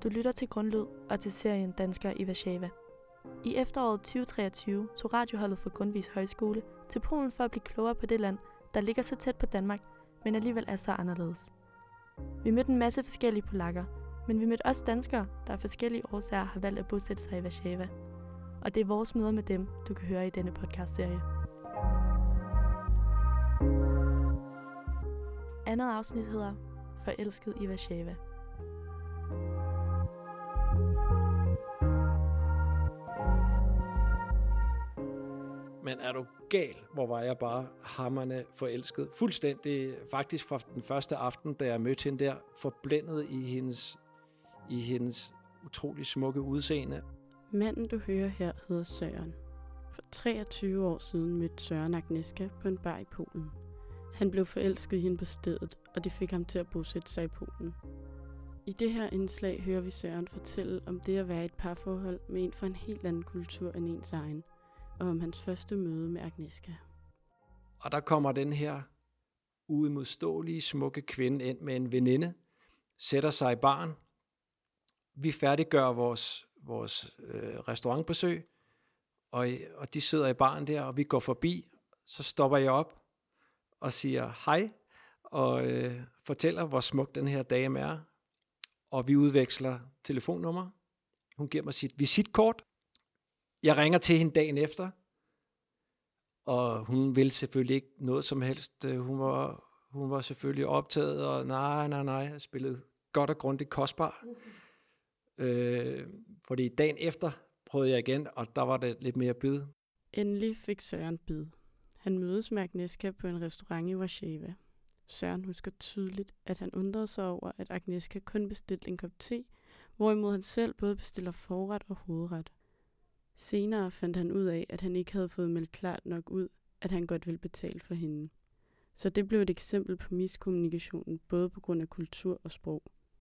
Du lytter til Grundlyd og til serien Danskere i Warszawa. I efteråret 2023 tog radioholdet fra Grundtvigs Højskole til Polen for at blive klogere på det land, der ligger så tæt på Danmark, men alligevel er så anderledes. Vi mødte en masse forskellige polakker, men vi mødte også danskere, der af forskellige årsager har valgt at bosætte sig i Warszawa. Og det er vores møder med dem, du kan høre i denne podcastserie. Andet afsnit hedder Forelsket i Warszawa. Men er du gal, hvor var jeg bare hamrende forelsket. Fuldstændig, faktisk fra den første aften, da jeg mødte hende der, forblændet i hendes utrolig smukke udseende. Manden, du hører her, hedder Søren. For 23 år siden mødte Søren Agnieszka på en bar i Polen. Han blev forelsket i hende på stedet, og det fik ham til at bosætte sig i Polen. I det her indslag hører vi Søren fortælle om det at være i et parforhold med en fra en helt anden kultur end ens egen, og om hans første møde med Agnieszka. Og der kommer den her uimodståelige, smukke kvinde ind med en veninde, sætter sig i baren. Vi færdiggør vores restaurantbesøg, og de sidder i baren der, og vi går forbi. Så stopper jeg op og siger hej, og fortæller, hvor smuk den her dame er. Og vi udveksler telefonnummer. Hun giver mig sit visitkort. Jeg ringer til hende dagen efter, og hun ville selvfølgelig ikke noget som helst. Hun var selvfølgelig optaget, og nej, jeg spillede godt og grundigt kostbar. Fordi dagen efter prøvede jeg igen, og der var det lidt mere bid. Endelig fik Søren bid. Han mødes med Agnieszka på en restaurant i Warszawa. Søren husker tydeligt, at han undrede sig over, at Agnieszka kun bestilte en kop te, hvorimod han selv både bestiller forret og hovedret. Senere fandt han ud af, at han ikke havde fået meldt klart nok ud, at han godt ville betale for hende. Så det blev et eksempel på miskommunikationen, både på grund af kultur og sprog.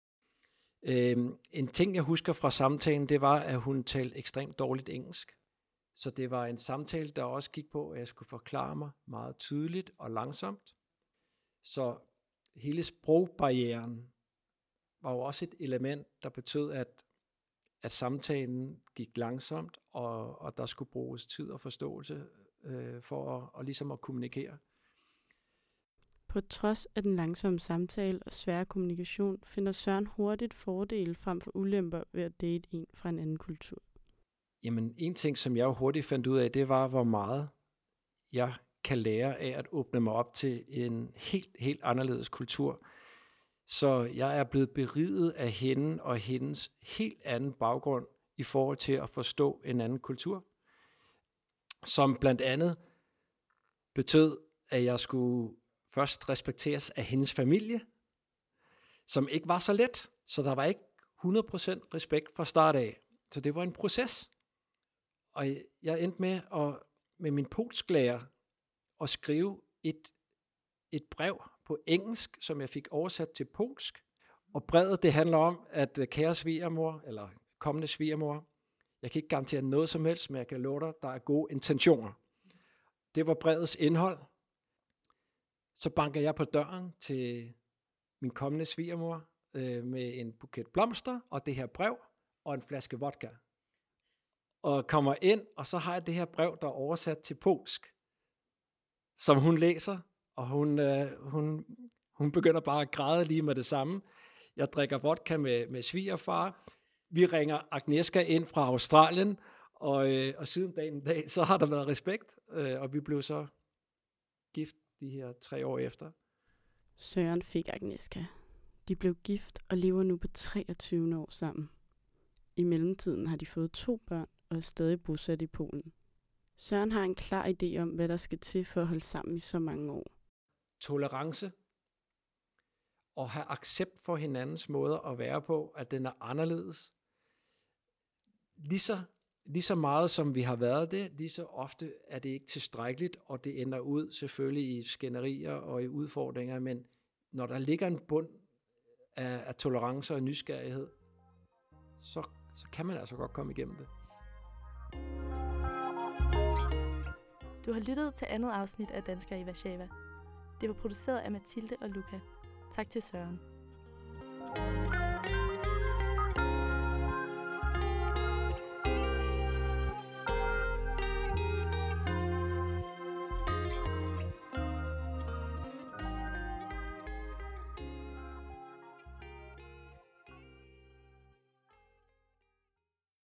En ting, jeg husker fra samtalen, det var, at hun talte ekstremt dårligt engelsk. Så det var en samtale, der også gik på, at jeg skulle forklare mig meget tydeligt og langsomt. Så hele sprogbarrieren var jo også et element, der betød, at samtalen gik langsomt, og der skulle bruges tid og forståelse for at ligesom at kommunikere. På trods af den langsomme samtale og svære kommunikation, finder Søren hurtigt fordele frem for ulemper ved at date en fra en anden kultur. Jamen, en ting, som jeg hurtigt fandt ud af, det var, hvor meget jeg kan lære af at åbne mig op til en helt anderledes kultur. Så jeg er blevet beriget af hende og hendes helt anden baggrund i forhold til at forstå en anden kultur, som blandt andet betød, at jeg skulle først respekteres af hendes familie, som ikke var så let. Så der var ikke 100% respekt fra start af. Så det var en proces. Og jeg endte med min polsklærer at skrive et brev på engelsk, som jeg fik oversat til polsk. Og brevet, det handler om, at kære svigermor, eller kommende svigermor, jeg kan ikke garantere noget som helst, men jeg kan love dig, der er gode intentioner. Det var brevets indhold. Så banker jeg på døren til min kommende svigermor med en buket blomster og det her brev og en flaske vodka. Og kommer ind, og så har jeg det her brev, der er oversat til polsk, som hun læser, og hun begynder bare at græde lige med det samme. Jeg drikker vodka med svigerfar. Vi ringer Agnieszka ind fra Australien, og siden dagen i dag, så har der været respekt, og vi blev så gift de her 3 år efter. Søren fik Agnieszka. De blev gift og lever nu på 23 år sammen. I mellemtiden har de fået 2 børn og er stadig bosat i Polen. Søren har en klar idé om, hvad der skal til for at holde sammen i så mange år. Tolerance og have accept for hinandens måde at være på, at den er anderledes. Lige så meget som vi har været det, lige så ofte er det ikke tilstrækkeligt, og det ender ud selvfølgelig i skænderier og i udfordringer, men når der ligger en bund af tolerance og nysgerrighed, så kan man altså godt komme igennem det. Du har lyttet til andet afsnit af Danskere i Warszawa. Det var produceret af Mathilde og Luca. Tak til Søren.